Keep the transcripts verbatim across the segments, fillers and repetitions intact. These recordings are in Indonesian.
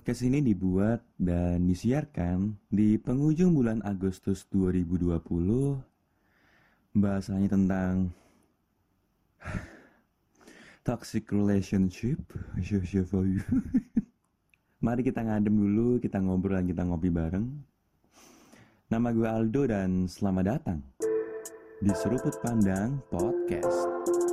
Podcast ini dibuat dan disiarkan di penghujung bulan Agustus dua ribu dua puluh. Bahasanya tentang toxic relationship. Mari kita ngadem dulu, kita ngobrol dan kita ngopi bareng. Nama gue Aldo dan selamat datang di Seruput Pandang Podcast.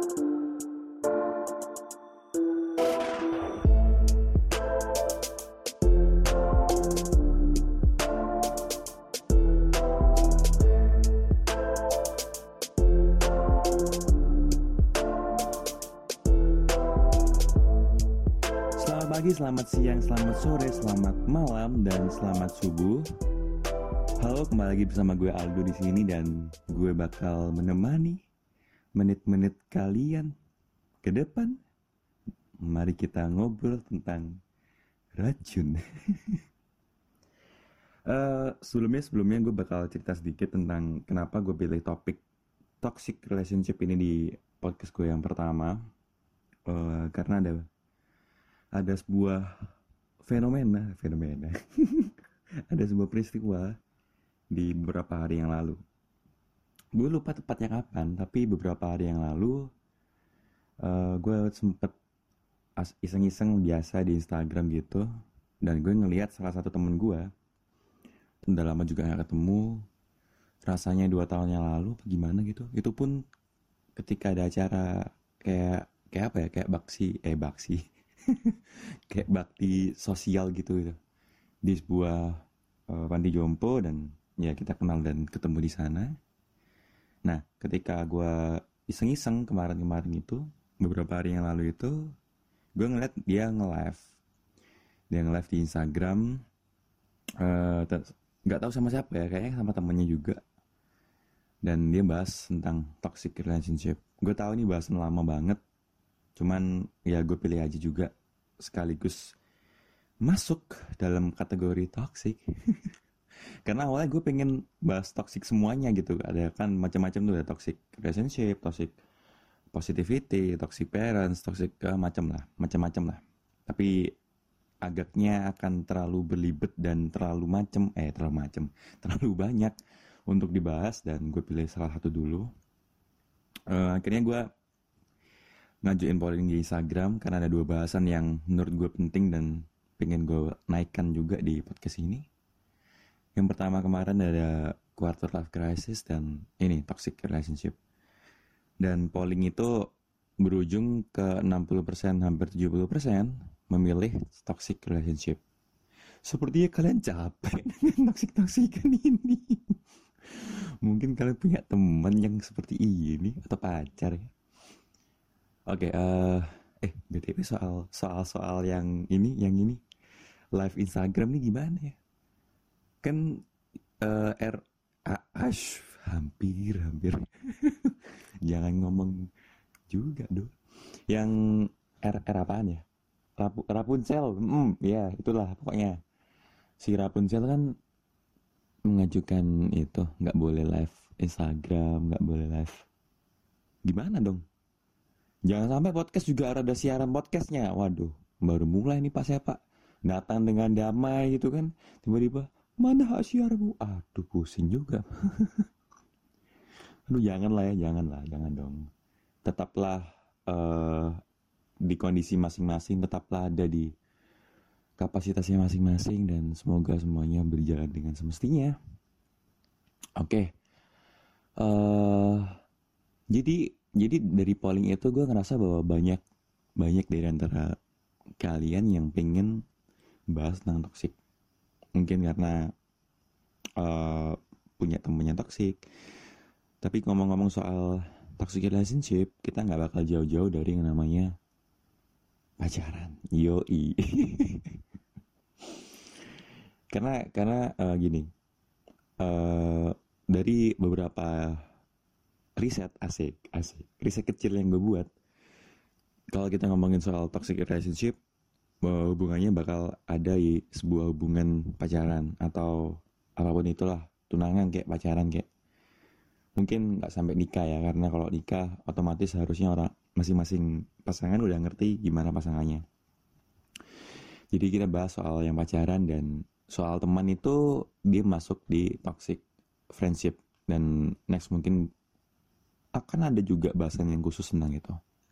Selamat pagi, selamat siang, selamat sore, selamat malam, dan selamat subuh. Halo, kembali lagi bersama gue Aldo di sini dan gue bakal menemani menit-menit kalian ke depan. Mari kita ngobrol tentang racun. uh, sebelumnya sebelumnya gue bakal cerita sedikit tentang kenapa gue pilih topik toxic relationship ini di podcast gue yang pertama. Uh, karena ada ada sebuah fenomena, fenomena, ada sebuah peristiwa di beberapa hari yang lalu. Gue lupa tepatnya kapan, tapi beberapa hari yang lalu uh, gue sempet iseng-iseng biasa di Instagram gitu, dan gue ngelihat salah satu temen gue, udah lama juga gak ketemu, rasanya dua tahun yang lalu, gimana gitu. Itu pun ketika ada acara kayak kayak apa ya, kayak baksi, eh baksi. kayak bakti sosial gitu, gitu di sebuah uh, panti jompo, dan ya kita kenal dan ketemu di sana. Nah, ketika gue iseng-iseng kemarin-kemarin itu, beberapa hari yang lalu itu, gue ngeliat dia nge-live, dia nge-live di Instagram, nggak uh, tahu sama siapa ya, kayaknya sama temennya juga, dan dia bahas tentang toxic relationship. Gue tahu ini bahasan lama banget. Cuman ya gue pilih aja juga sekaligus masuk dalam kategori toxic. Karena awalnya gue pengen bahas toxic semuanya gitu. Ada kan macam-macam tuh, ada toxic relationship, toxic positivity, toxic parents, toxic uh, macam lah, macam-macam lah. Tapi agaknya akan terlalu berlibet dan terlalu macem, eh terlalu macem, terlalu banyak untuk dibahas, dan gue pilih salah satu dulu. Uh, akhirnya gue ngajuin polling di Instagram karena ada dua bahasan yang menurut gue penting dan pengen gue naikkan juga di podcast ini. Yang pertama kemarin ada quarter life crisis dan ini toxic relationship. Dan polling itu berujung ke enam puluh persen, hampir tujuh puluh persen memilih toxic relationship. Sepertinya kalian capek dengan toxic-toxican ini. Mungkin kalian punya teman yang seperti ini atau pacar ya. Oke, okay, uh, eh B T W soal soal soal yang ini, yang ini live Instagram nih gimana ya? Kan uh, R A Ash hampir hampir jangan ngomong juga dong. Yang R R apaan ya? Rapu, Rapunzel, hmm, ya itulah pokoknya. Si Rapunzel kan mengajukan itu nggak boleh live Instagram, nggak boleh live. Gimana dong? Jangan sampai podcast juga ada siaran podcastnya. Waduh, baru mulai nih Pak saya Pak. Datang dengan damai gitu kan. Tiba-tiba, mana hak siarmu? Aduh, pusing juga. Aduh, janganlah ya, janganlah, jangan dong. Tetaplah uh, di kondisi masing-masing, tetaplah ada di kapasitasnya masing-masing, dan semoga semuanya berjalan dengan semestinya. Oke. Okay. Uh, jadi... Jadi dari polling itu gue ngerasa bahwa banyak banyak dari antara kalian yang pengen bahas tentang toxic. Mungkin karena uh, punya temennya toxic. Tapi ngomong-ngomong soal toxic relationship, kita nggak bakal jauh-jauh dari yang namanya pacaran. Yoi. karena karena uh, gini, uh, dari beberapa riset asik asik riset kecil yang gue buat, kalau kita ngomongin soal toxic relationship, hubungannya bakal ada di sebuah hubungan pacaran atau apapun itulah, tunangan kayak pacaran kayak, mungkin nggak sampai nikah ya, karena kalau nikah otomatis harusnya orang masing-masing pasangan udah ngerti gimana pasangannya. Jadi kita bahas soal yang pacaran dan soal teman itu dia masuk di toxic friendship, dan next mungkin akan ada juga bahasan yang khusus tentang itu.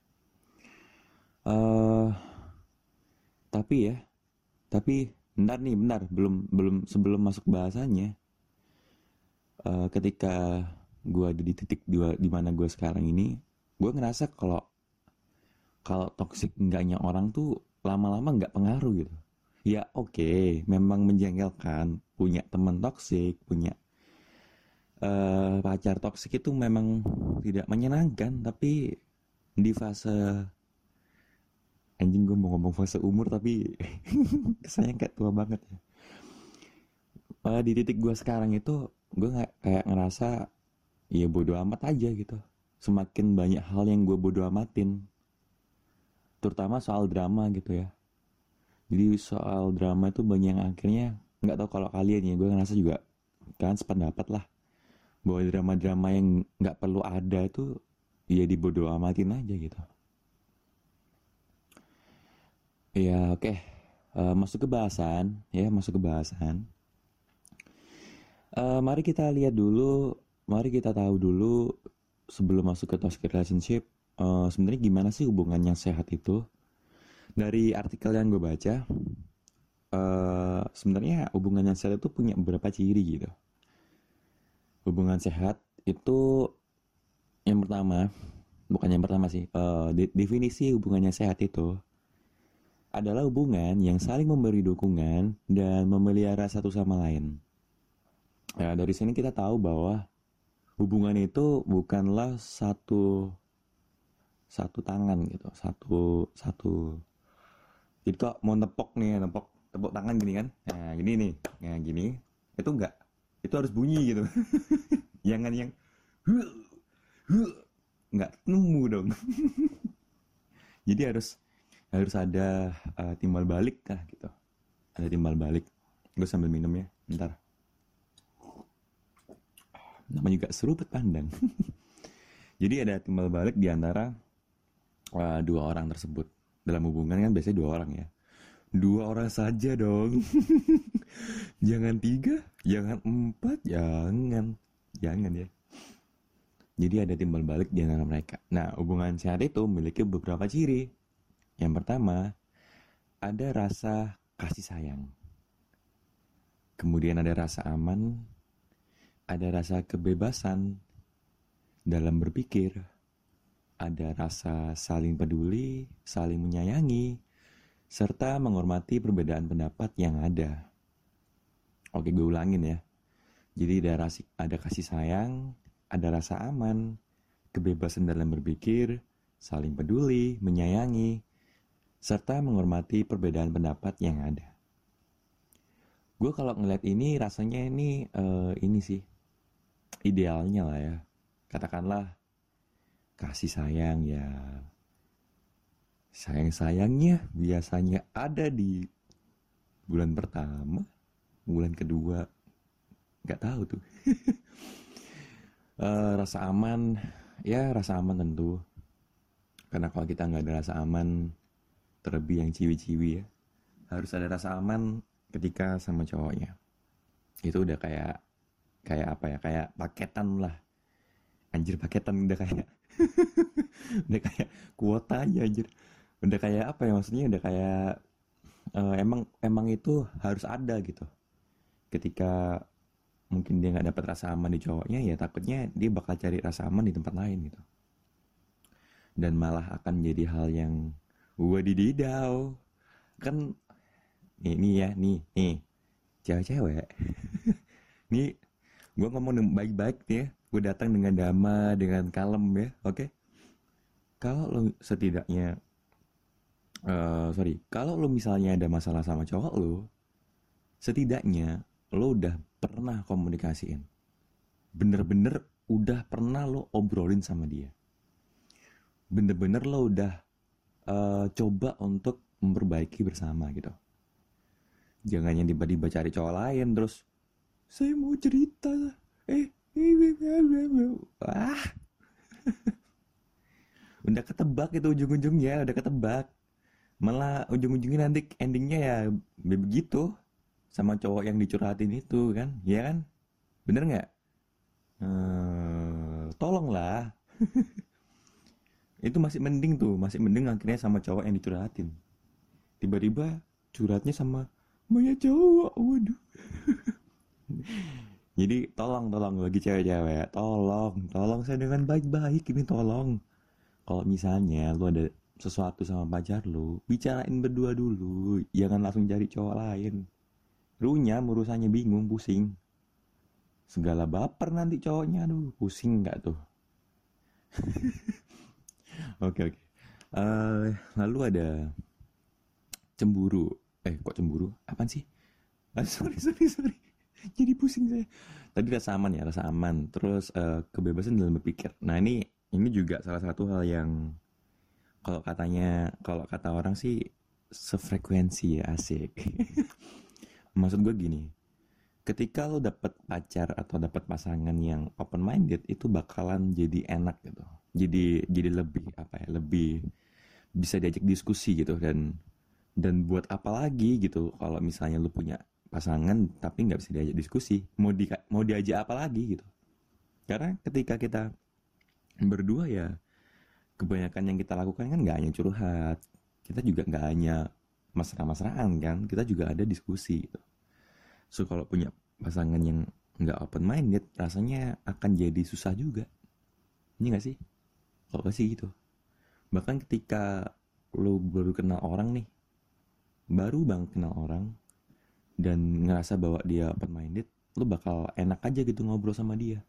Eh tapi ya, tapi bentar nih, bentar, belum belum sebelum masuk bahasanya. Eh ketika gue ada di titik di, di mana gue sekarang ini, gue ngerasa kalau kalau toxic enggaknya orang tuh lama-lama nggak pengaruh gitu. Ya oke, okay, memang menjengkelkan punya teman toxic, punya uh, pacar toxic itu memang tidak menyenangkan, tapi di fase, anjing gue mau ngomong fase umur tapi kesannya kayak tua banget ya. Uh, di titik gue sekarang itu gue nggak kayak ngerasa ya bodo amat aja gitu. Semakin banyak hal yang gue bodo amatin, terutama soal drama gitu ya. Jadi soal drama itu banyak yang akhirnya, nggak tahu kalau kalian ya, gue ngerasa juga kan sependapat lah bahwa drama-drama yang nggak perlu ada itu ya dibodo amatin aja gitu. Ya oke, okay. uh, masuk ke bahasan ya, masuk ke bahasan. Uh, mari kita lihat dulu, mari kita tahu dulu sebelum masuk ke toxic relationship, uh, sebenarnya gimana sih hubungan yang sehat itu. Dari artikel yang gue baca, uh, sebenarnya hubungan yang sehat itu punya beberapa ciri gitu. Hubungan sehat itu yang pertama, bukan yang pertama sih, uh, de- definisi hubungan yang sehat itu adalah hubungan yang saling memberi dukungan dan memelihara satu sama lain. Ya, dari sini kita tahu bahwa hubungan itu bukanlah satu satu tangan gitu, satu satu. Jadi kok mau nepok nih, nepok tepuk tangan gini kan, nah gini nih, nah gini, itu enggak, itu harus bunyi gitu. Jangan yang enggak nemu dong. Jadi harus harus ada uh, timbal balik kah gitu, ada timbal balik. Gue sambil minum ya, bentar. Namanya juga seruput pandang. Jadi ada timbal balik di antara uh, dua orang tersebut. Dalam hubungan kan biasanya dua orang ya. Dua orang saja dong. Jangan tiga, jangan empat, jangan. Jangan ya. Jadi ada timbal balik di antara mereka. Nah, hubungan sehat itu memiliki beberapa ciri. Yang pertama, ada rasa kasih sayang. Kemudian ada rasa aman, ada rasa kebebasan dalam berpikir, ada rasa saling peduli, saling menyayangi, serta menghormati perbedaan pendapat yang ada. Oke, gue ulangin ya. Jadi ada, rasi, ada kasih sayang, ada rasa aman, kebebasan dalam berpikir, saling peduli, menyayangi, serta menghormati perbedaan pendapat yang ada. Gue kalau ngeliat ini rasanya ini uh, ini sih idealnya lah ya. Katakanlah kasih sayang ya, sayang-sayangnya biasanya ada di bulan pertama, bulan kedua, nggak tahu tuh. uh, rasa aman, ya rasa aman tentu. Karena kalau kita nggak ada rasa aman, terlebih yang ciwi-ciwi ya, harus ada rasa aman ketika sama cowoknya. Itu udah kayak kayak apa ya, kayak paketan lah. Anjir, paketan udah kayak udah kayak kuota aja anjir. Udah kayak apa ya, maksudnya udah kayak uh, emang emang itu harus ada gitu. Ketika mungkin dia nggak dapat rasa aman di cowoknya, ya takutnya dia bakal cari rasa aman di tempat lain gitu. Dan malah akan menjadi hal yang wadididau. Kan nih, nih ya, nih, nih cewek-cewek. Nih gue ngomong baik-baik nih ya. Gue datang dengan damai, dengan kalem ya, oke? Okay? Kalau lo setidaknya, uh, sorry, kalau lo misalnya ada masalah sama cowok lo, setidaknya lo udah pernah komunikasiin. Bener-bener udah pernah lo obrolin sama dia. Bener-bener lo udah uh, coba untuk memperbaiki bersama gitu. Jangan yang tiba-tiba cari cowok lain terus, saya mau cerita, eh, ah, udah ketebak itu ujung-ujungnya, udah ketebak. Malah ujung-ujungnya nanti endingnya ya begitu sama cowok yang dicurhatin itu kan, ya kan? Bener nggak? Eh, tolonglah. Itu masih mending tuh, masih mending akhirnya sama cowok yang dicurhatin. Tiba-tiba curhatnya sama banyak cowok, waduh. Jadi tolong, tolong bagi cewek-cewek, tolong, tolong saya dengan baik-baik ini tolong. Kalau misalnya lu ada sesuatu sama pacar lu, bicarain berdua dulu, jangan langsung cari cowok lain. Runya urusannya bingung, pusing. Segala baper nanti cowoknya, aduh, pusing nggak tuh? Oke oke. Eh, lalu ada cemburu. Eh kok cemburu? Apaan sih? Ah, sorry sorry sorry. Jadi pusing saya. Tadi rasa aman ya, rasa aman. Terus eh, kebebasan dalam berpikir. Nah ini ini juga salah satu hal yang kalau katanya kalau kata orang sih sefrekuensi ya, asik. Maksud gue gini, ketika lo dapet pacar atau dapet pasangan yang open minded itu bakalan jadi enak gitu. Jadi jadi lebih apa ya? Lebih bisa diajak diskusi gitu dan dan buat apa lagi gitu kalau misalnya lu punya pasangan tapi nggak bisa diajak diskusi mau di mau diajak apa lagi gitu, karena ketika kita berdua ya kebanyakan yang kita lakukan kan nggak hanya curhat, kita juga nggak hanya mesra-mesraan kan, kita juga ada diskusi gitu. So kalau punya pasangan yang nggak open minded rasanya akan jadi susah juga, ini nggak sih? Kalau sih gitu, bahkan ketika lu baru kenal orang nih, baru bang kenal orang dan ngerasa bahwa dia open minded, lu bakal enak aja gitu ngobrol sama dia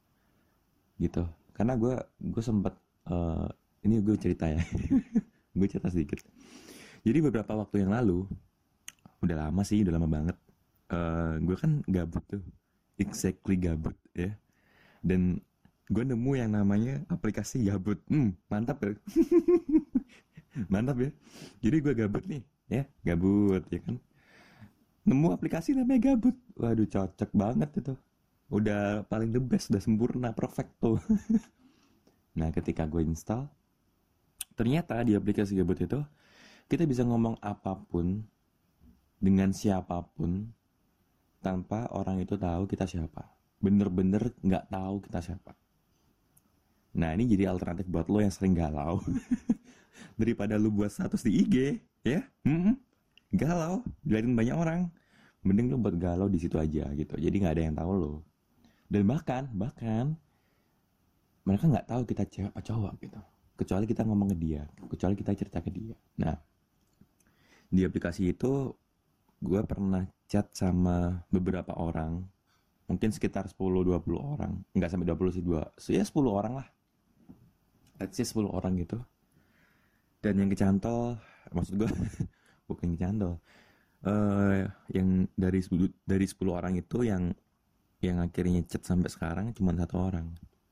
gitu. Karena gue gue sempat uh, ini gue cerita ya. Gue cerita sedikit. Jadi beberapa waktu yang lalu, udah lama sih, udah lama banget, uh, gue kan gabut tuh, exactly gabut ya, dan gue nemu yang namanya aplikasi gabut. Hmm, mantap ya. Mantap ya. Jadi gue gabut nih ya, gabut ya kan, nemu aplikasi namanya gabut. Waduh cocok banget itu, udah paling the best, udah sempurna, perfecto. Nah ketika gue install, ternyata di aplikasi gabut itu kita bisa ngomong apapun dengan siapapun tanpa orang itu tahu kita siapa, bener-bener nggak tahu kita siapa. Nah ini jadi alternatif buat lo yang sering galau. Daripada lu buat status di I G ya, hmm, galau diliatin banyak orang, mending lu buat galau di situ aja gitu, jadi nggak ada yang tahu lo. Dan bahkan bahkan mereka nggak tahu kita cewek apa cowok gitu, kecuali kita ngomong ke dia, kecuali kita cerita ke dia. Nah di aplikasi itu gue pernah chat sama beberapa orang, mungkin sekitar sepuluh dua puluh orang, nggak sampai dua puluh sih, dua ya sepuluh orang lah, let's say sepuluh orang gitu. Dan yang kecantol, maksud gue bukan kecantol, uh, yang dari dari sepuluh orang itu yang yang akhirnya chat sampai sekarang cuma satu orang.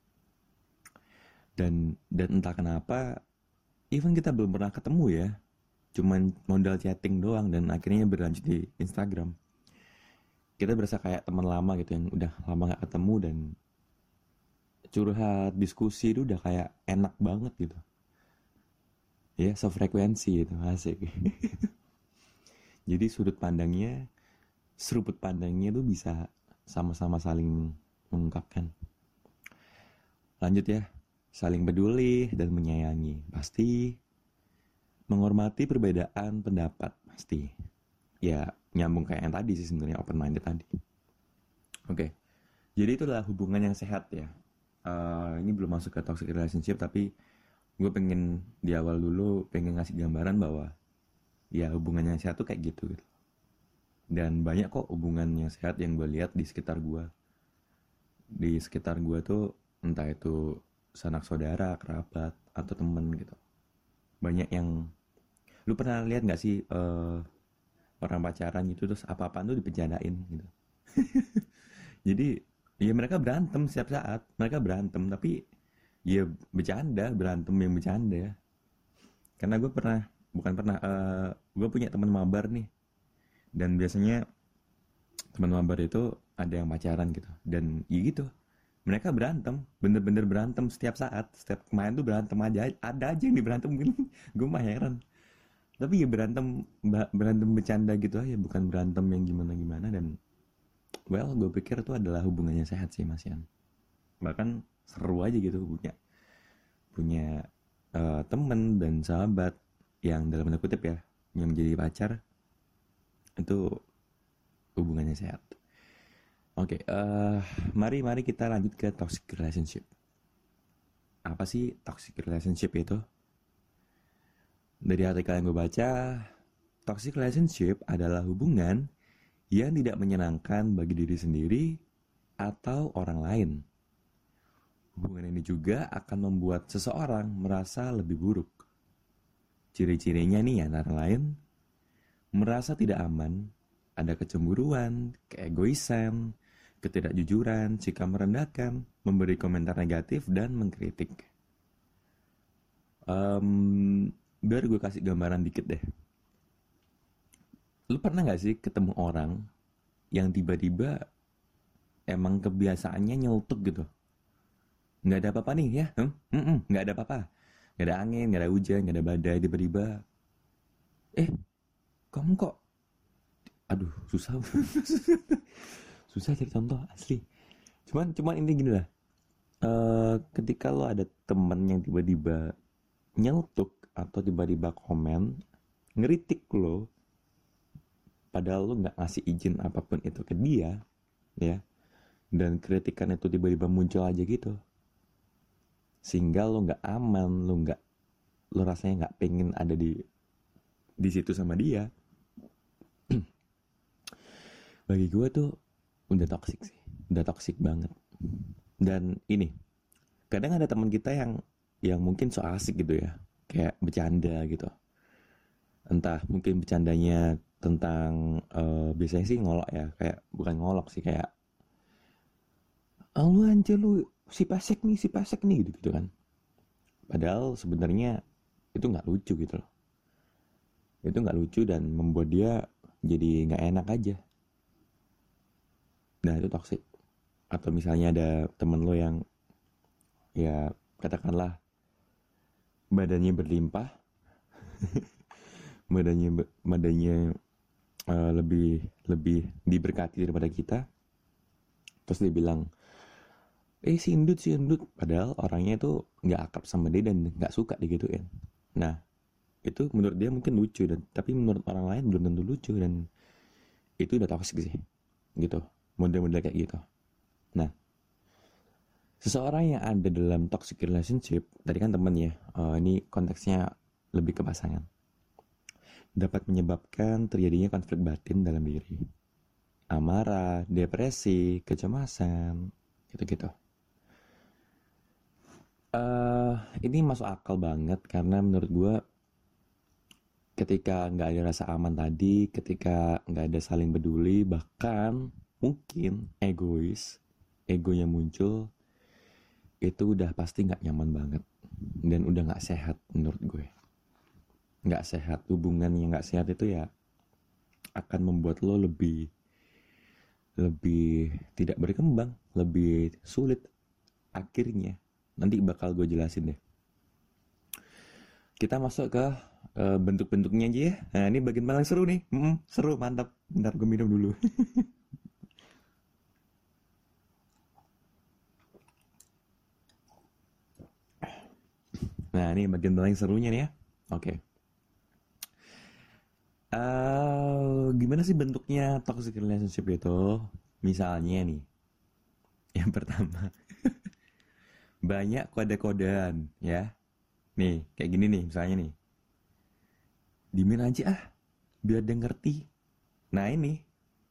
Dan dan entah kenapa, even kita belum pernah ketemu ya, cuman modal chatting doang dan akhirnya berlanjut di Instagram. Kita berasa kayak teman lama gitu yang udah lama gak ketemu, dan curhat, diskusi itu udah kayak enak banget gitu. Ya, sefrekuensi itu, asik. Jadi sudut pandangnya, seruput pandangnya tuh bisa sama-sama saling mengungkapkan. Lanjut ya, saling peduli dan menyayangi, pasti. Menghormati perbedaan pendapat, pasti. Ya, nyambung kayak yang tadi sih sebenarnya, open minded tadi. Oke, jadi itu adalah hubungan yang sehat ya. Uh, ini belum masuk ke toxic relationship, tapi gue pengen di awal dulu pengen ngasih gambaran bahwa ya hubungan yang sehat tuh kayak gitu gitu. Dan banyak kok hubungan yang sehat yang gue lihat di sekitar gue. Di sekitar gue tuh entah itu sanak saudara, kerabat, atau temen gitu. Banyak yang, lu pernah lihat nggak sih uh, orang pacaran gitu terus apa-apaan tuh dipenjarain gitu. Jadi ya mereka berantem setiap saat, mereka berantem tapi ya bercanda, berantem yang bercanda. Karena gue pernah, bukan pernah, uh, gue punya teman mabar nih, dan biasanya teman mabar itu ada yang pacaran gitu, dan ya gitu, mereka berantem, bener-bener berantem setiap saat, setiap kemarin tuh berantem aja, ada aja yang diberantem. Gue mah heran, Tapi ya berantem berantem bercanda gitu aja, bukan berantem yang gimana gimana. Dan well, gue pikir itu adalah hubungannya sehat sih Mas Yan. Bahkan seru aja gitu punya punya uh, temen dan sahabat yang dalam tanda kutip ya, yang menjadi pacar, itu hubungannya sehat. Oke, okay, uh, mari mari kita lanjut ke toxic relationship. Apa sih toxic relationship itu? Dari artikel yang gue baca, toxic relationship adalah hubungan yang tidak menyenangkan bagi diri sendiri atau orang lain. Hubungan ini juga akan membuat seseorang merasa lebih buruk. Ciri-cirinya nih antara lain, merasa tidak aman, ada kecemburuan, keegoisan, ketidakjujuran, sikap merendahkan, memberi komentar negatif, dan mengkritik. Um, biar gue kasih gambaran dikit deh. Lu pernah gak sih ketemu orang yang tiba-tiba emang kebiasaannya nyeletuk gitu? Nggak ada apa-apa nih ya, hmm? Mm-mm, nggak ada apa-apa, nggak ada angin, nggak ada hujan, nggak ada badai, tiba-tiba, eh, kamu kok, aduh, susah, susah cari contoh asli. Cuman, cuman ini gini lah, uh, ketika lo ada temen yang tiba-tiba nyeletuk atau tiba-tiba komen, ngeritik lo, padahal lo nggak ngasih izin apapun itu ke dia, ya, dan kritikan itu tiba-tiba muncul aja gitu. Sehingga lo nggak aman, lo nggak, lo rasanya nggak pengen ada di di situ sama dia. Bagi gue tuh udah toksik sih, udah toksik banget. Dan ini, kadang ada teman kita yang yang mungkin so asik gitu ya, kayak bercanda gitu. Entah mungkin bercandanya tentang uh, biasanya sih ngolok ya, kayak bukan ngolok sih, kayak ah, lu anjir lu si pesek nih, si pesek nih gitu, gitu kan. Padahal sebenarnya itu nggak lucu gitu loh. Itu nggak lucu dan membuat dia jadi nggak enak aja. Nah itu toksik. Atau misalnya ada temen lo yang ya katakanlah badannya berlimpah, badannya badannya uh, lebih lebih diberkati daripada kita. Terus dia bilang, eh si endut si endut, padahal orangnya itu nggak akrab sama dia dan nggak suka digituin. Nah itu menurut dia mungkin lucu, dan tapi menurut orang lain belum tentu lucu, dan itu udah toxic sih gitu, model-model kayak gitu. Nah seseorang yang ada dalam toxic relationship, tadi kan temen ya, uh, ini konteksnya lebih ke pasangan, dapat menyebabkan terjadinya konflik batin dalam diri, amarah, depresi, kecemasan, gitu-gitu. Uh, ini masuk akal banget karena menurut gue ketika nggak ada rasa aman tadi, ketika nggak ada saling peduli, bahkan mungkin egois, egonya muncul, itu udah pasti nggak nyaman banget dan udah nggak sehat menurut gue. Nggak sehat, hubungan yang nggak sehat itu ya akan membuat lo lebih lebih tidak berkembang, lebih sulit akhirnya. Nanti bakal gue jelasin deh. Kita masuk ke uh, bentuk-bentuknya aja ya. Nah ini bagian paling seru nih. Mm-mm, seru, mantap. Bentar gue minum dulu. Nah ini bagian paling serunya nih ya. Oke. Okay. Uh, gimana sih bentuknya toxic relationship itu? Misalnya nih, yang pertama, banyak kode-kodean ya. Nih, kayak gini nih misalnya nih. Dimin aja ah, biar dia ngerti. Nah ini,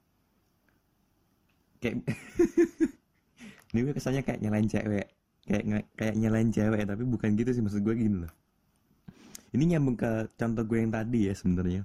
kayak ini gue kesannya kayak nyalain cewek, kayak kayak nyalain cewek, tapi bukan gitu sih, maksud gue gini loh. Ini nyambung ke contoh gue yang tadi ya sebenarnya.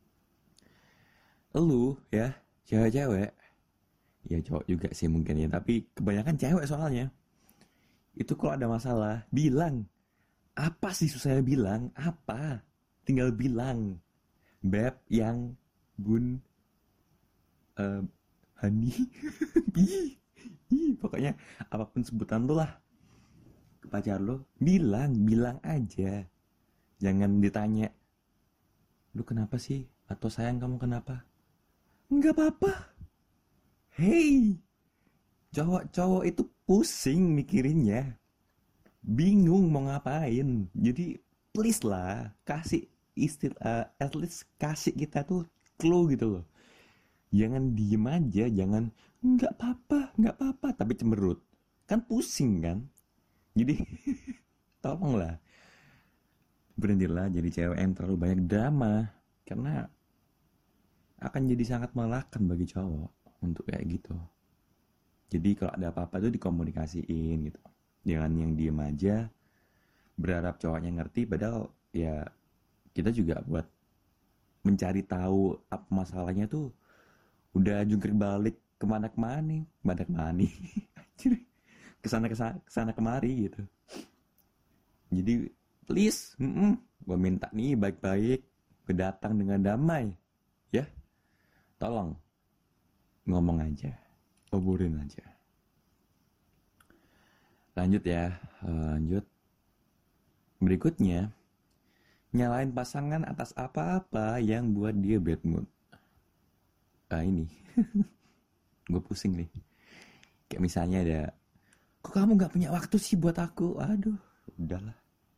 Lu ya, cewek-cewek, ya cowok juga sih mungkin ya, tapi kebanyakan cewek soalnya. Itu kalau ada masalah, bilang. Apa sih susahnya bilang? Apa? Tinggal bilang. Beb, yang, bun, uh, honey. Pokoknya apapun sebutan lu lah ke pacar lu, bilang, bilang aja. Jangan ditanya, Lu kenapa sih? Atau sayang kamu kenapa? Nggak apa-apa. Hey, cowok-cowok itu pusing mikirinnya. Bingung mau ngapain. Jadi please lah, kasih istil uh, at least kasih kita tuh clue gitu loh. Jangan diem aja, jangan nggak apa-apa, nggak apa-apa, tapi cemberut. Kan pusing kan? Jadi tolonglah berhentilah jadi cewek yang terlalu banyak drama, karena akan jadi sangat melelahkan bagi cowok untuk kayak gitu. Jadi kalau ada apa-apa tuh dikomunikasiin gitu. Jangan yang diem aja berharap cowoknya ngerti, padahal ya kita juga buat mencari tahu apa masalahnya tuh udah jungkir balik kemana-kemana, kemana-kemana, kesana kesana kesana kemari gitu. Jadi please, gue minta nih baik-baik, kedatang dengan damai, ya. Tolong ngomong aja, oborin aja. Lanjut ya, lanjut. Berikutnya, nyalain pasangan atas apa-apa yang buat dia bad mood. Ah ini, gue pusing nih. Kayak misalnya ada, kok kamu gak punya waktu sih buat aku? Aduh, udahlah.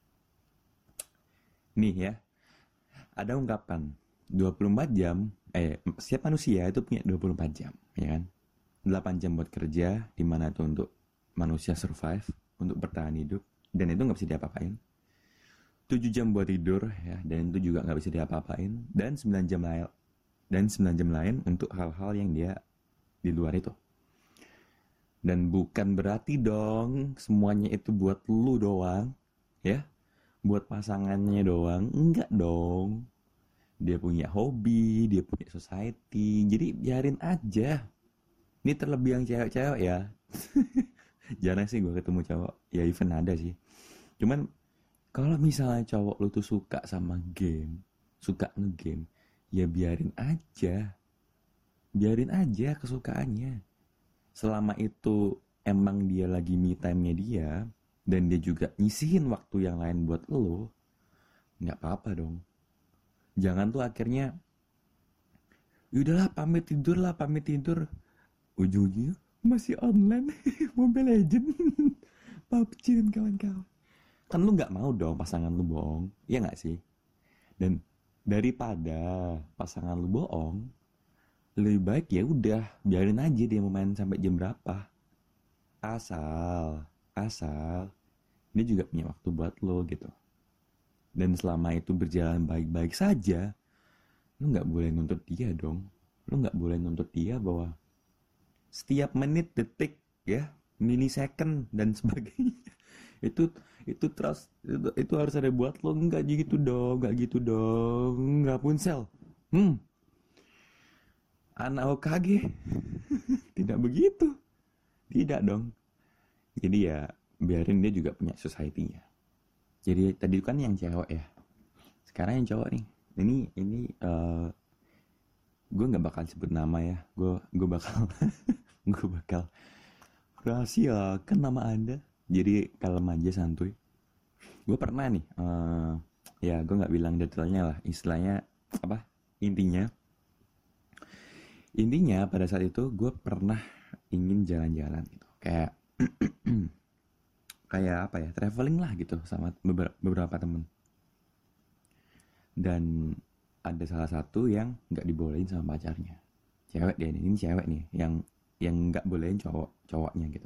Nih ya, ada ungkapan dua puluh empat jam, eh setiap manusia itu punya dua puluh empat jam, ya kan? delapan jam buat kerja, dimana itu untuk manusia survive, untuk bertahan hidup, dan itu gak bisa diapa-apain. tujuh jam buat tidur, ya, dan itu juga gak bisa diapa-apain. Dan sembilan jam lain, dan sembilan jam lain untuk hal-hal yang dia di luar itu. Dan bukan berarti dong semuanya itu buat lu doang, ya, buat pasangannya doang, enggak dong. Dia punya hobi, dia punya society, jadi biarin aja. Ini terlebih yang cewek-cewek ya. Jarang sih gue ketemu cowok, ya even ada sih. Cuman kalau misalnya cowok lu tuh suka sama game, suka ngegame, ya biarin aja. Biarin aja kesukaannya. Selama itu emang dia lagi me time-nya dia, dan dia juga nyisihin waktu yang lain buat lo, nggak apa-apa dong. Jangan tuh akhirnya, udahlah pamit tidur lah, pamit tidur. Ujungnya masih online, Mobile Legend, P U B G dan kawan-kawan. Kan lu nggak mau dong pasangan lu bohong, iya nggak sih? Dan daripada pasangan lu bohong, lebih baik ya udah biarin aja dia mau main sampai jam berapa. Asal, asal dia juga punya waktu buat lo gitu. Dan selama itu berjalan baik-baik saja, lo nggak boleh nuntut dia dong. Lo nggak boleh nuntut dia bahwa setiap menit, detik, ya, milisecond dan sebagainya itu itu trust itu, itu harus ada buat lo. Nggak gitu dong, nggak gitu dong, nggak Punsel. Hmm, anak O K G tidak begitu, tidak dong. Jadi ya biarin dia juga punya society-nya. Jadi tadi kan yang cewek ya, sekarang yang cowok nih. Ini ini uh, gue nggak bakal sebut nama ya. Gue gue bakal gue bakal rahasiakan nama anda. Jadi kalem aja, santuy. Gue pernah nih, uh, ya gue nggak bilang detailnya lah. Istilahnya apa? Intinya, intinya pada saat itu gue pernah ingin jalan-jalan gitu. Kayak kayak apa ya, traveling lah gitu sama beberapa, beberapa temen. Dan ada salah satu yang nggak dibolehin sama pacarnya, cewek dia ini, ini cewek nih yang yang nggak bolehin cowok cowoknya gitu.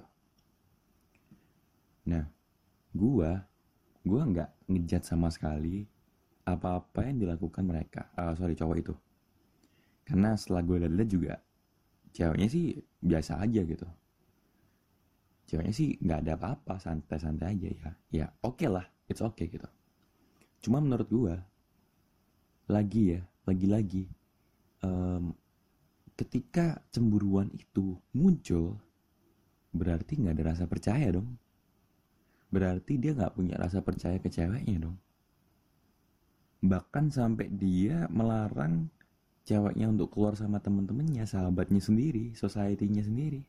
Nah, gua gua nggak ngejat sama sekali apa-apa yang dilakukan mereka, uh, sorry cowok itu, karena setelah gue lihat juga ceweknya sih biasa aja gitu. Ceweknya sih nggak ada apa-apa, santai-santai aja ya. Ya oke okay lah, it's okay gitu. Cuma menurut gue, lagi ya, lagi-lagi, um, ketika cemburuan itu muncul, berarti nggak ada rasa percaya dong. Berarti dia nggak punya rasa percaya ke ceweknya dong. Bahkan sampai dia melarang ceweknya untuk keluar sama temen-temennya, sahabatnya sendiri, society-nya sendiri.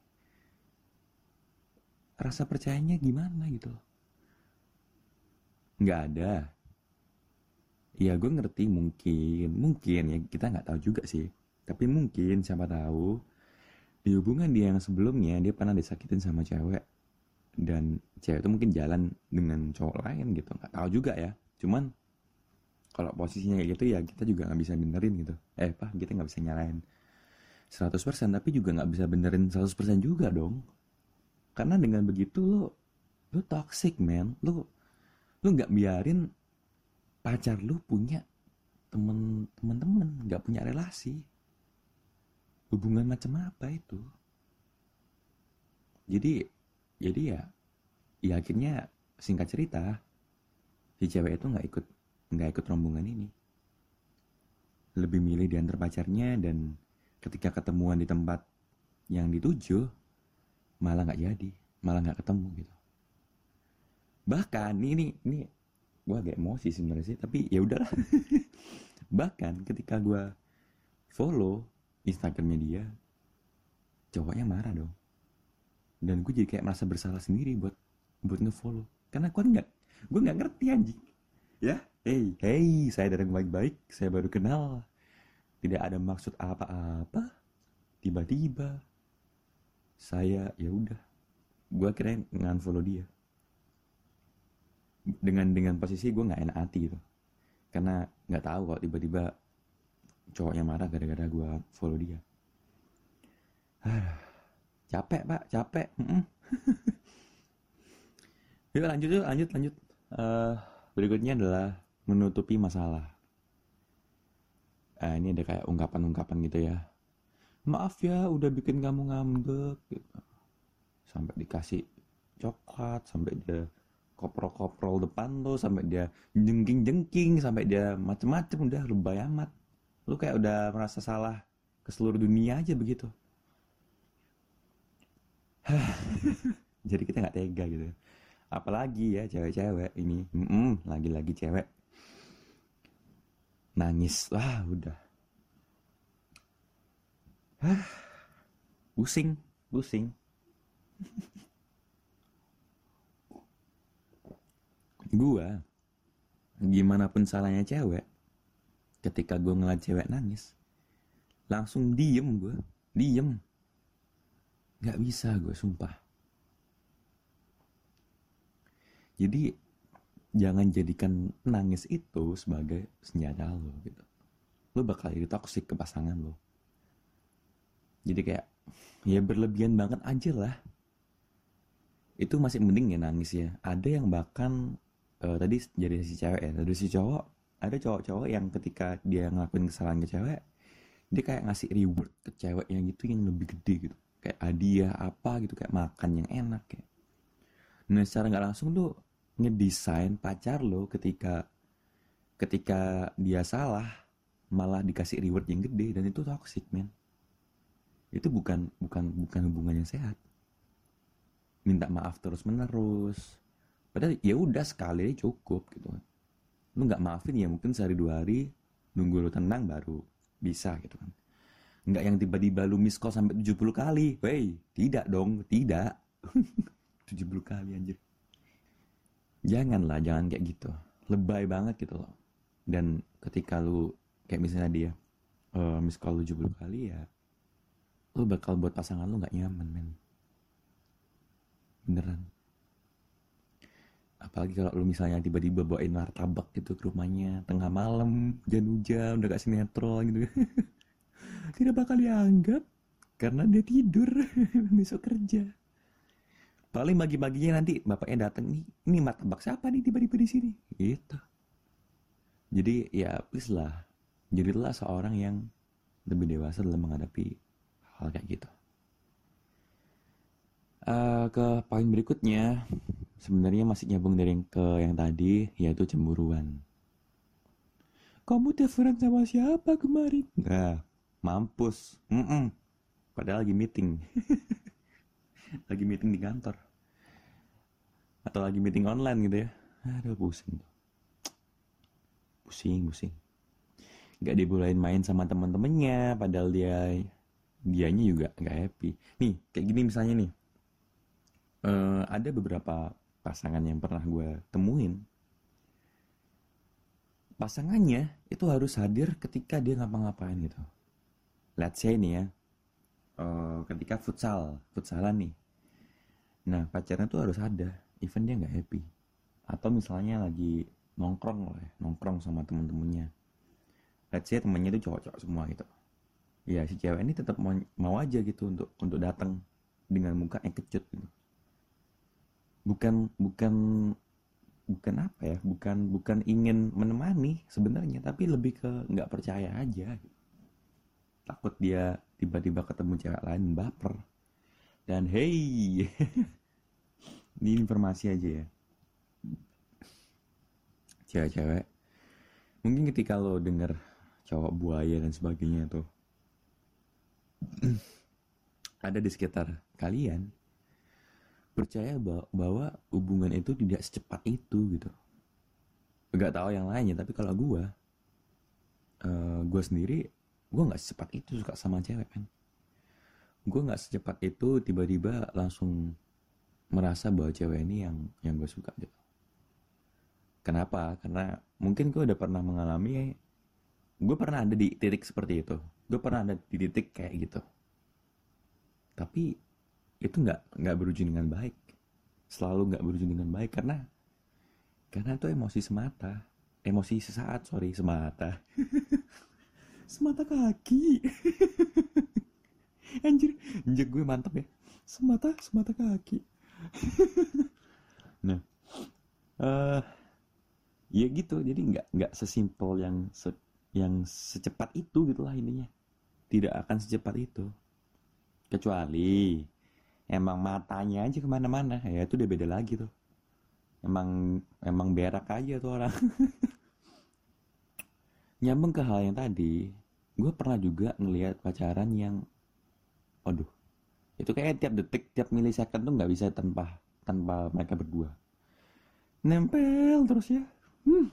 Rasa percayanya gimana gitu loh. Nggak ada. Ya gue ngerti mungkin, mungkin ya kita nggak tahu juga sih. Tapi mungkin siapa tahu di hubungan dia yang sebelumnya dia pernah disakitin sama cewek dan cewek itu mungkin jalan dengan cowok lain gitu. Nggak tahu juga ya. Cuman kalau posisinya kayak gitu ya kita juga nggak bisa benerin gitu. Eh pak kita nggak bisa nyalain seratus persen tapi juga nggak bisa benerin seratus persen juga dong. Karena dengan begitu lo lo toxic man. Lo lo nggak biarin pacar lu punya temen temen-temen, nggak punya relasi. Hubungan macam apa itu? Jadi jadi ya, ya akhirnya singkat cerita si cewek itu nggak ikut nggak ikut rombongan ini. Lebih milih diantar pacarnya dan ketika ketemuan di tempat yang dituju malah nggak jadi, malah nggak ketemu gitu. Bahkan ini ini gue agak emosi sebenarnya sih, tapi ya udahlah. Bahkan ketika gue follow Instagramnya dia, cowoknya marah dong. Dan gue jadi kayak merasa bersalah sendiri buat buat ngefollow. Karena gue nggak gue nggak ngerti anjing. Ya, hey, hey, saya dari baik-baik, saya baru kenal. Tidak ada maksud apa-apa. Tiba-tiba saya ya udah, gue akhirnya nge-unfollow dia. dengan dengan posisi gue nggak enak hati gitu karena nggak tahu kalau tiba-tiba cowoknya marah gara-gara gue follow dia. Capek pak, capek. Yuk lanjut yuk lanjut lanjut. Uh, berikutnya adalah menutupi masalah. Uh, ini ada kayak ungkapan-ungkapan gitu ya. Maaf ya udah bikin kamu ngambek gitu. Sampai dikasih coklat, sampai dia koprol-koprol depan lo, sampai dia jengking-jengking, sampai dia macem-macem, udah lebay amat. Lu kayak udah merasa salah ke seluruh dunia aja begitu. Jadi kita nggak tega gitu. Apalagi ya cewek-cewek ini, Mm-mm, lagi-lagi cewek nangis, wah udah, pusing, pusing. Gua gimana pun salahnya cewek, ketika gue ngeliat cewek nangis langsung diem, gue diem, nggak bisa gue sumpah. Jadi jangan jadikan nangis itu sebagai senjata lo gitu. Lo bakal jadi toksik ke pasangan lo. Jadi kayak ya berlebihan banget aja lah. Itu masih mending ya nangis ya. Ada yang bahkan Uh, tadi jadi si cewek ya, dari si cowok, ada cowok-cowok yang ketika dia ngelakuin kesalahan ke cewek, dia kayak ngasih reward ke ceweknya gitu yang lebih gede gitu, kayak hadiah apa gitu, kayak makan yang enak kayak. Nah secara nggak langsung tuh ngedesain pacar lo ketika ketika dia salah malah dikasih reward yang gede, dan itu toxic men. Itu bukan bukan bukan hubungan yang sehat. Minta maaf terus menerus. Padahal ya udah sekali cukup gitu kan. Lu nggak maafin ya mungkin sehari dua hari, nunggu lu tenang baru bisa gitu kan. Nggak yang tiba-tiba lu miss call sampai tujuh puluh kali. Wey, tidak dong, tidak. tujuh puluh kali anjir. Janganlah, jangan kayak gitu. Lebay banget gitu loh. Dan ketika lu kayak misalnya dia uh, miss call tujuh puluh kali ya, lu bakal buat pasangan lu nggak nyaman men. Beneran. Apalagi kalau lu misalnya tiba-tiba bawain martabak gitu ke rumahnya tengah malam, hujan-hujan, udah gak sinetron gitu. Tidak bakal dianggap karena dia tidur besok kerja. Paling pagi-paginya nanti bapaknya datang, nih, ini martabak siapa nih tiba-tiba di sini? Gitu. Jadi ya please lah, jadilah seorang yang lebih dewasa dalam menghadapi hal kayak gitu. Uh, ke poin berikutnya sebenarnya masih nyambung dari yang ke yang tadi, yaitu cemburuan. Kamu teleponan sama siapa kemarin? Nah, mampus. Mm-mm. Padahal lagi meeting. Lagi meeting di kantor. Atau lagi meeting online gitu ya. Aduh pusing. Pusing, pusing. Gak dibolehin main sama teman-temannya, padahal dia dianya juga gak happy. Nih, kayak gini misalnya nih. Uh, ada beberapa pasangan yang pernah gue temuin, pasangannya itu harus hadir ketika dia ngapa-ngapain gitu. Let's say nih ya, uh, ketika futsal, futsalan nih. Nah pacarnya tuh harus ada, even dia nggak happy. Atau misalnya lagi nongkrong lah, ya, nongkrong sama temen-temennya. Let's say temennya tuh cowok-cowok semua gitu. Ya si cewek ini tetap mau, mau aja gitu untuk untuk datang dengan muka yang kecut gitu. Bukan bukan bukan apa ya, bukan bukan ingin menemani sebenarnya, tapi lebih ke nggak percaya aja. Takut dia tiba-tiba ketemu cewek lain baper. Dan hey, ini informasi aja ya. Cewek-cewek, mungkin ketika lo denger cowok buaya dan sebagainya tuh ada di sekitar kalian, percaya bahwa hubungan itu tidak secepat itu gitu. Gak tahu yang lainnya, tapi kalau gue, uh, gue sendiri, gue nggak secepat itu suka sama cewek kan. Gue nggak secepat itu tiba-tiba langsung merasa bahwa cewek ini yang yang gue suka gitu. Kenapa? Karena mungkin gue udah pernah mengalami, gue pernah ada di titik seperti itu. Gue pernah ada di titik kayak gitu. Tapi itu nggak nggak berujung dengan baik. Selalu nggak berujung dengan baik karena karena itu emosi semata, emosi sesaat, sorry semata, semata kaki. Anjir, anjir gue mantep ya. Semata semata kaki. Nah, uh, ya gitu, jadi nggak nggak sesimpel yang se, yang secepat itu gitulah intinya. Tidak akan secepat itu, kecuali emang matanya aja kemana-mana, ya itu udah beda lagi tuh. Emang emang berak aja tuh orang. Nyambung ke hal yang tadi, gue pernah juga ngelihat pacaran yang, aduh, itu kayak tiap detik, tiap milisecond tuh nggak bisa tanpa tanpa mereka berdua nempel terus ya. Hmm.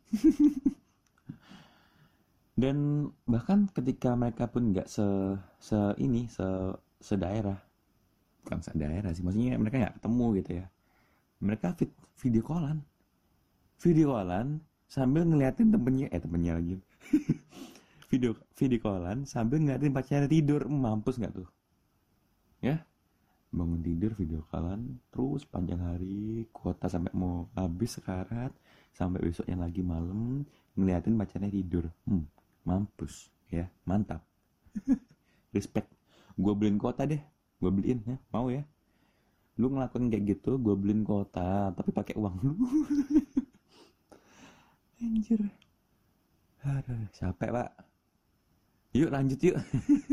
Dan bahkan ketika mereka pun nggak se se ini se sedaerah, bukan sedaerah sih, maksudnya mereka nggak ketemu gitu ya. Mereka vid, video callan, video callan sambil ngeliatin temennya, eh temennya lagi, video video callan sambil ngeliatin pacarnya tidur. Mampus nggak tuh? Ya, bangun tidur video callan terus panjang hari, kuota sampai mau habis sekarat, sampai besoknya lagi malam ngeliatin pacarnya tidur. Hmm, mampus ya, mantap. Respect. Gue beliin kuota deh, gue beliin ya, mau ya? Lu ngelakuin kayak gitu, gue beliin kuota, tapi pakai uang lu. Anjir. Aduh, capek pak. Yuk lanjut yuk.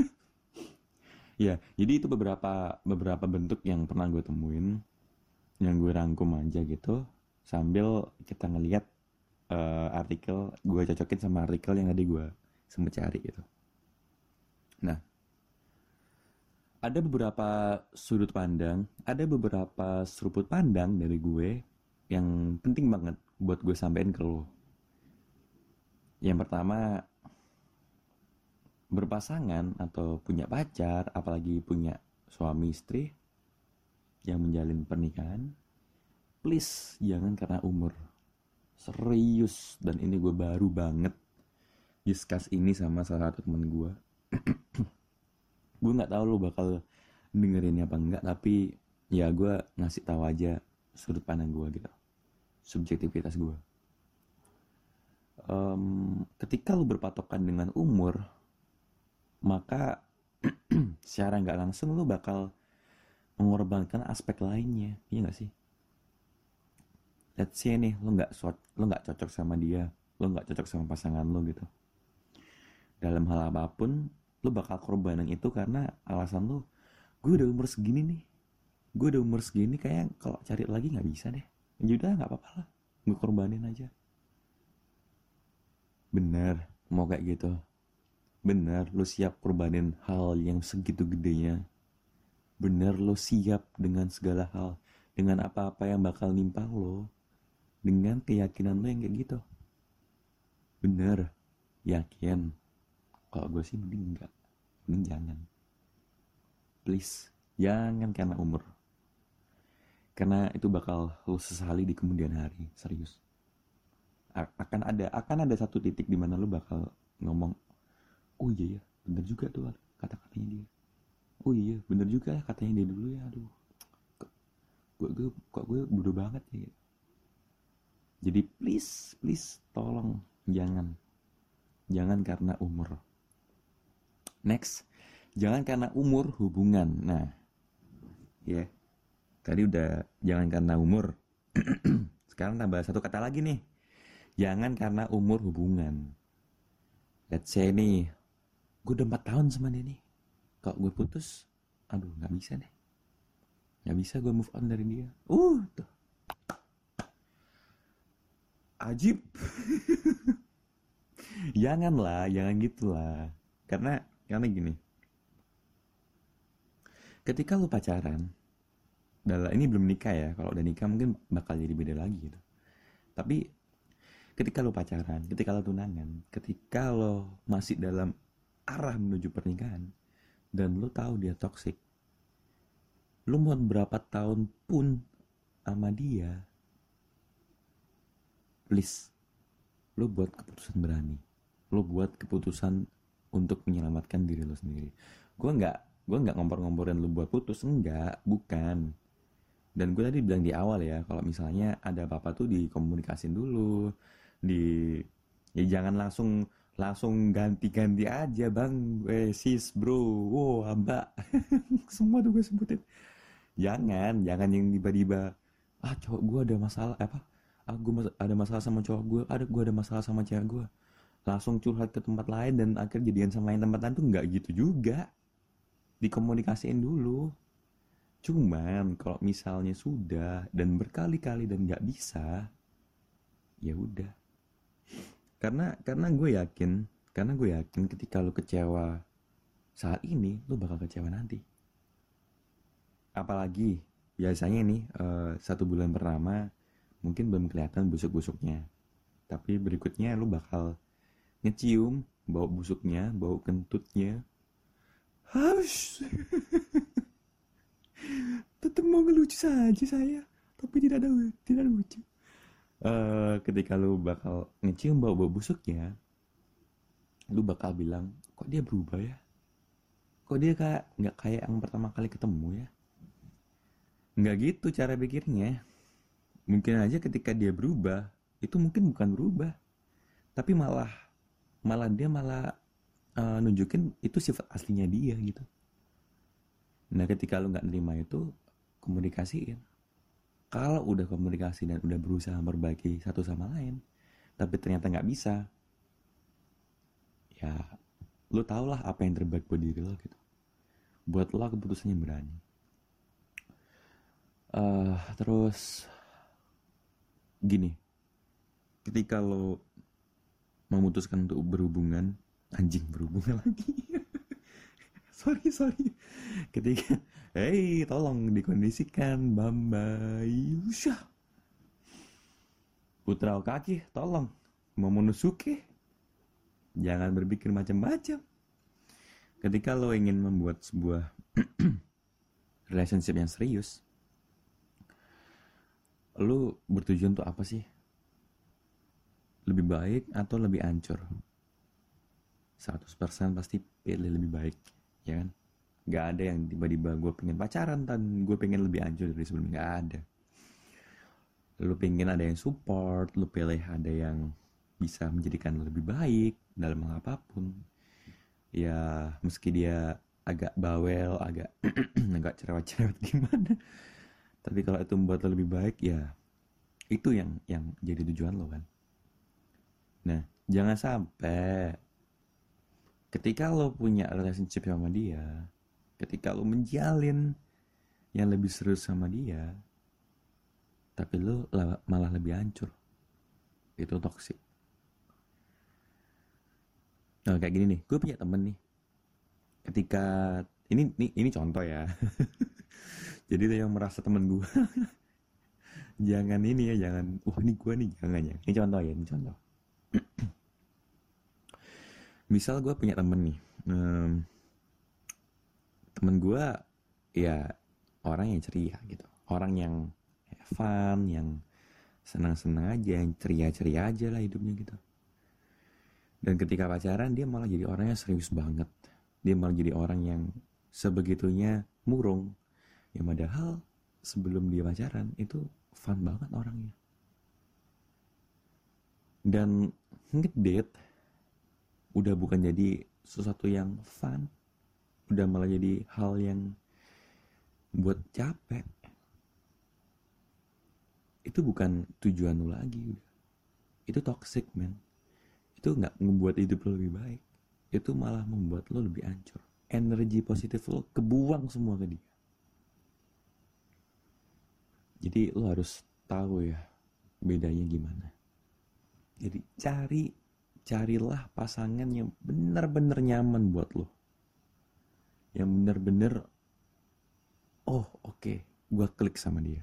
Ya, jadi itu beberapa beberapa bentuk yang pernah gue temuin, yang gue rangkum aja gitu, sambil kita ngeliat uh, artikel, gue cocokin sama artikel yang tadi gue sempet cari gitu. Nah, ada beberapa sudut pandang, ada beberapa seruput pandang dari gue yang penting banget buat gue sampein ke lo. Yang pertama, berpasangan atau punya pacar, apalagi punya suami istri yang menjalin pernikahan, please jangan karena umur. Serius, dan ini gue baru banget discuss ini sama salah satu temen gue. Gue nggak tahu lo bakal dengerinnya apa enggak, tapi ya gue ngasih tahu aja sudut pandang gue gitu, subjektivitas gue. Um, ketika lo berpatokan dengan umur, maka secara nggak langsung lo bakal mengorbankan aspek lainnya, iya nggak sih? Let's say nih, lo nggak lo nggak cocok sama dia, lo nggak cocok sama pasangan lo gitu. Dalam hal apapun, lo bakal korbanin itu karena alasan lo, gue udah umur segini nih, gue udah umur segini, kayak kalau cari lagi nggak bisa deh. Yaudah nggak apa-apa lah, gue korbanin aja. Bener, mau kayak gitu. Bener, lo siap korbanin hal yang segitu gedenya. Bener, lo siap dengan segala hal, dengan apa-apa yang bakal nimpa lo, dengan keyakinan lo yang kayak gitu. Bener, yakin. Kalau gue sih mending enggak, mending jangan. Please, jangan karena umur. Karena itu bakal lo sesali di kemudian hari, serius. A- akan ada akan ada satu titik di mana lu bakal ngomong, oh iya ya bener juga tuh kata-katanya dia, oh iya bener juga ya katanya dia dulu ya, aduh kok gue, gue kok gue bodoh banget ya. Jadi please please tolong jangan jangan karena umur. Next, jangan karena umur hubungan. Nah ya, yeah. Tadi udah jangan karena umur. Sekarang tambah satu kata lagi nih, jangan karena umur hubungan. Let's say nih, gue udah empat tahun sama dia nih, kalau gue putus, aduh nggak bisa deh, nggak bisa gue move on dari dia. Uh, tuh, ajib. Janganlah, jangan gitulah. Karena, karena gini, ketika lu pacaran, dalam ini belum nikah ya, kalau udah nikah mungkin bakal jadi beda lagi gitu. Tapi ketika lo pacaran, ketika lo tunangan, ketika lo masih dalam arah menuju pernikahan, dan lo tahu dia toksik, lo mau berapa tahun pun sama dia, please, lo buat keputusan berani, lo buat keputusan untuk menyelamatkan diri lo sendiri. Gue nggak, gue nggak ngompor-ngomporin lo buat putus, enggak, bukan. Dan gue tadi bilang di awal ya, kalau misalnya ada apa-apa tuh dikomunikasin dulu, di ya jangan langsung langsung ganti-ganti aja bang, eh sis bro, wow mbak, semua tuh gue sebutin. Jangan, jangan yang tiba-tiba, ah cowok gue ada masalah apa, ah gue mas- ada masalah sama cowok gue, ada gue ada masalah sama cewek gue, langsung curhat ke tempat lain dan akhirnya jadian sama yang tempat lain tuh nggak gitu juga, dikomunikasiin dulu. Cuman kalau misalnya sudah dan berkali-kali dan nggak bisa, ya udah. Karena karena gue yakin, karena gue yakin ketika lu kecewa saat ini, lu bakal kecewa nanti. Apalagi biasanya nih eh, satu bulan pertama mungkin belum kelihatan busuk-busuknya, tapi berikutnya lu bakal ngecium bau busuknya, bau kentutnya. Hush. Tetap mau ngelucu saja saya, tapi tidak ada tidak lucu. Eh, ketika lu bakal ngecium bau-bau busuknya, lu bakal bilang, kok dia berubah ya? Kok dia kayak nggak kayak yang pertama kali ketemu ya? Nggak gitu cara pikirnya. Mungkin aja ketika dia berubah, itu mungkin bukan berubah, tapi malah malah dia malah eh, nunjukin itu sifat aslinya dia gitu. Nah ketika lu nggak nerima itu, komunikasiin. Kalau udah komunikasi dan udah berusaha memperbaiki satu sama lain, tapi ternyata nggak bisa, ya lu tau lah apa yang terbaik buat diri lo gitu. Buatlah keputusan yang berani. Uh, terus gini, ketika lo memutuskan untuk berhubungan, anjing berhubungan lagi. sorry sorry. Ketika, hey tolong dikondisikan Bambai Usha. Putra kaki, tolong Momonosuke, jangan berpikir macam-macam. Ketika lo ingin membuat sebuah relationship yang serius, lo bertujuan untuk apa sih? Lebih baik atau lebih hancur? seratus persen pasti pilih lebih baik, ya kan? Gak ada yang tiba-tiba gue pengen pacaran dan gue pengen lebih hancur dari sebelumnya, gak ada. Lo pengen ada yang support, lo pilih ada yang bisa menjadikan lo lebih baik dalam hal apapun. Ya meski dia agak bawel, agak agak cerewet-cerewet gimana, tapi kalau itu membuat lo lebih baik, ya itu yang yang jadi tujuan lo kan. Nah jangan sampai ketika lo punya relationship sama dia, ketika lo menjalin yang lebih serius sama dia, tapi lo malah lebih hancur, itu toksik. Nah kayak gini nih, gue punya temen nih, ketika ini ini, ini contoh ya. Jadi tuh yang merasa temen gue jangan ini ya, jangan wah ini gue nih, jangan ya, ini contoh ya, ini contoh. Misal gue punya temen nih, um, temen gue ya orang yang ceria gitu, orang yang fun, yang senang-senang aja, yang ceria-ceria aja lah hidupnya gitu. Dan ketika pacaran dia malah jadi orang yang serius banget. Dia malah jadi orang yang sebegitunya murung. Ya padahal sebelum dia pacaran itu fun banget orangnya. Dan ngedate udah bukan jadi sesuatu yang fun. Udah malah jadi hal yang buat capek. Itu bukan tujuan lu lagi udah. Itu toxic, man. Itu gak membuat hidup lo lebih baik. Itu malah membuat lo lebih hancur. Energi positif lo kebuang semua ke dia. Jadi lo harus tahu ya bedanya gimana. Jadi cari carilah pasangan yang benar-benar nyaman buat lo. Yang benar-benar oh oke, okay, gue klik sama dia.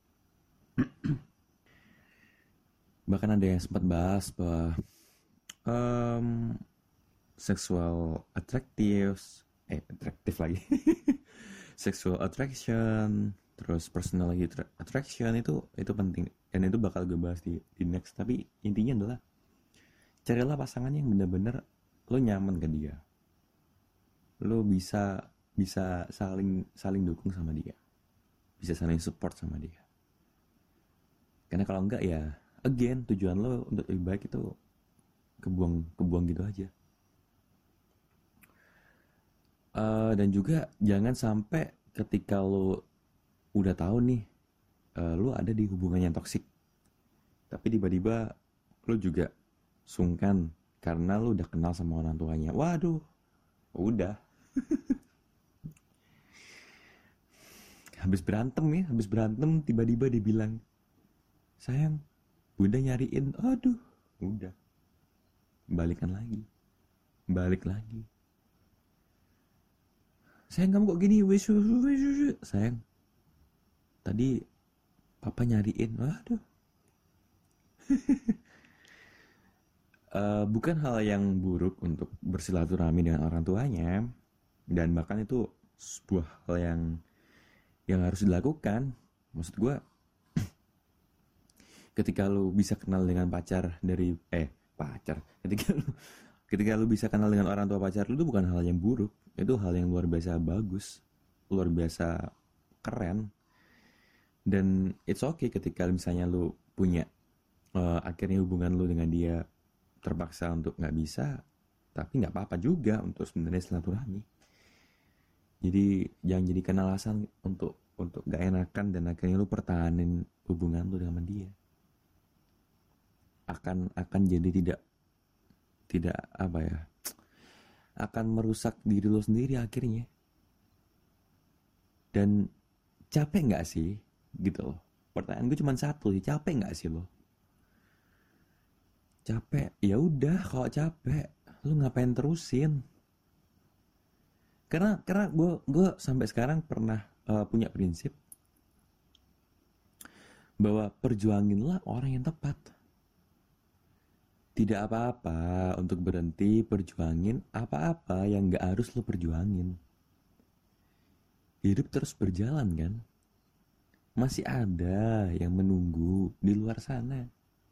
Bahkan ada yang sempat bahas bahwa Um, sexual attractive, eh attractive lagi, sexual attraction, terus personality attraction itu itu penting dan itu bakal gue bahas di, di next. Tapi intinya adalah carilah pasangan yang benar-benar lo nyaman ke dia, lo bisa bisa saling saling dukung sama dia, bisa saling support sama dia. Karena kalau enggak ya, again tujuan lo untuk lebih baik itu kebuang kebuang gitu aja. Uh, dan juga jangan sampai ketika lo udah tahu nih uh, lo ada di hubungan yang toksik, tapi tiba-tiba lo juga sungkan karena lo udah kenal sama orang tuanya. Waduh, udah habis berantem ya, habis berantem tiba-tiba dia bilang, sayang, bunda nyariin. Aduh, udah balikan lagi, balik lagi. Sayang, kamu kok gini? Wis, sayang, tadi papa nyariin. Waduh. uh, bukan hal yang buruk untuk bersilaturahmi dengan orang tuanya, dan bahkan itu sebuah hal yang yang harus dilakukan. Maksud gue, ketika lu bisa kenal dengan pacar dari eh pacar ketika lu ketika lu bisa kenal dengan orang tua pacar lu, itu bukan hal yang buruk, itu hal yang luar biasa bagus, luar biasa keren. Dan it's okay ketika misalnya lu punya uh, akhirnya hubungan lu dengan dia terpaksa untuk nggak bisa, tapi nggak apa-apa juga untuk sebenarnya silaturahmi. Jadi jangan jadikan alasan untuk untuk nggak enakan dan akhirnya lu pertahanin hubungan lu dengan dia. akan akan jadi tidak tidak apa ya, akan merusak diri lo sendiri akhirnya. Dan capek nggak sih gitu loh, pertanyaan gue cuma satu sih, capek nggak sih lo? Capek ya udah, kalau capek lo ngapain terusin? Karena karena gue gue sampai sekarang pernah uh, punya prinsip bahwa perjuanginlah orang yang tepat. Tidak apa-apa untuk berhenti perjuangin apa-apa yang gak harus lo perjuangin. Hidup terus berjalan kan. Masih ada yang menunggu di luar sana.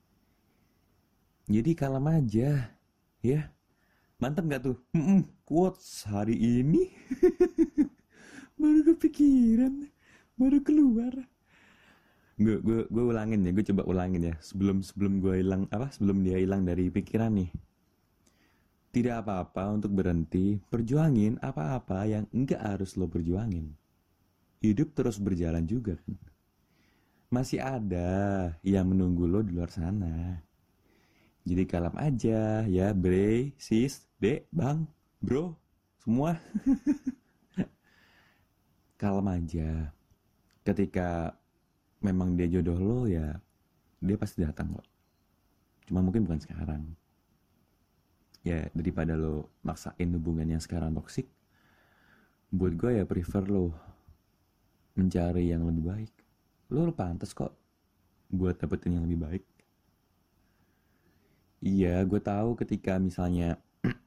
Jadi kalem aja. Ya. Mantap gak tuh? Mm-mm, quotes hari ini. Baru kepikiran. Baru keluar. gue gue gue ulangin ya, gue coba ulangin ya sebelum sebelum gue hilang apa sebelum dia hilang dari pikiran nih. Tidak apa-apa untuk berhenti perjuangin apa-apa yang enggak harus lo perjuangin. Hidup terus berjalan juga kan. Masih ada yang menunggu lo di luar sana. Jadi kalem aja ya bre, sis, dek, bang, bro, semua. Kalem aja. Ketika memang dia jodoh lo ya, dia pasti datang kok. Cuma mungkin bukan sekarang. Ya daripada lo maksain hubungan yang sekarang toksik, buat gue ya prefer lo mencari yang lebih baik. Lo, lo pantas kok buat dapetin yang lebih baik. Iya, gue tahu ketika misalnya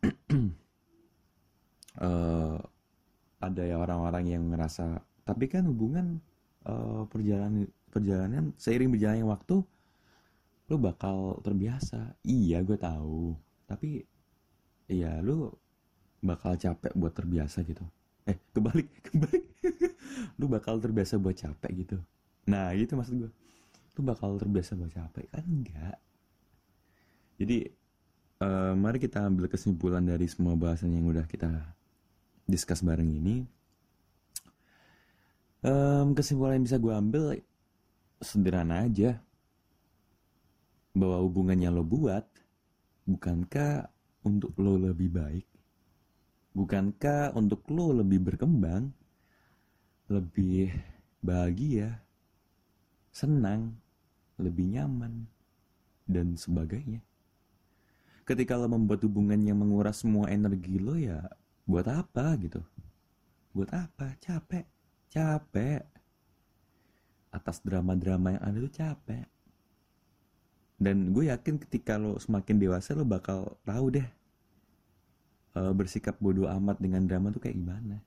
uh, ada ya orang-orang yang ngerasa, tapi kan hubungan uh, perjalanan perjalanan seiring berjalannya waktu lu bakal terbiasa. Iya gue tahu, tapi iya lu bakal capek buat terbiasa gitu. Eh kebalik kebalik. Lu bakal terbiasa buat capek gitu. Nah gitu maksud gue. Lu bakal terbiasa buat capek kan? Enggak. Jadi eh, mari kita ambil kesimpulan dari semua bahasan yang udah kita discuss bareng ini. Em, kesimpulan yang bisa gue ambil sederhana aja, bahwa hubungan yang lo buat bukankah untuk lo lebih baik, bukankah untuk lo lebih berkembang, lebih bahagia, senang, lebih nyaman, dan sebagainya. Ketika lo membuat hubungan yang menguras semua energi lo, ya buat apa gitu? Buat apa? Capek. Capek. Atas drama-drama yang ada tuh capek. Dan gue yakin ketika lo semakin dewasa lo bakal tahu deh uh, bersikap bodoh amat dengan drama tuh kayak gimana.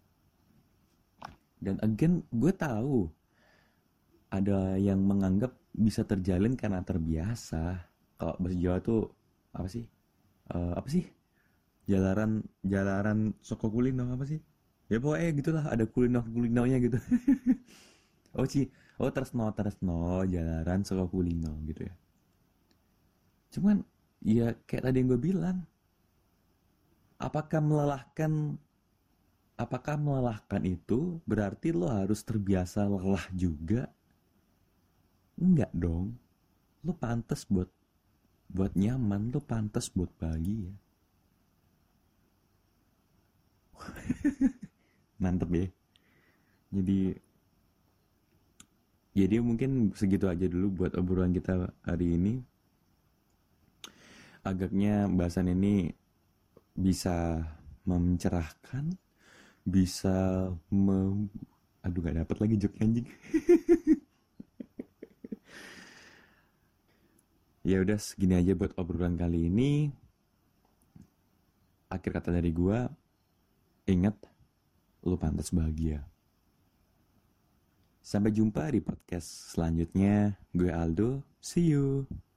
Dan again gue tahu ada yang menganggap bisa terjalin karena terbiasa. Kalau bahasa Jawa tuh apa sih? Uh, apa sih? Jalaran jalaran soko kulino apa sih? Ya pokoknya gitulah, ada kulino kulinonya gitu. oh sih, oh tresno tresno jalaran soko kulino gitu ya. Cuman ya kayak tadi yang gue bilang, apakah melelahkan apakah melelahkan itu berarti lo harus terbiasa lelah juga? Enggak dong. Lo pantas buat buat nyaman, lo pantas buat bahagia. Mantep ya. Jadi jadi mungkin segitu aja dulu buat obrolan kita hari ini. Agaknya bahasan ini bisa mencerahkan, bisa mem... aduh gak dapet lagi joke anjing. Ya udah segini aja buat obrolan kali ini. Akhir kata dari gua, ingat, lu pantas bahagia. Sampai jumpa di podcast selanjutnya. Gue Aldo, see you.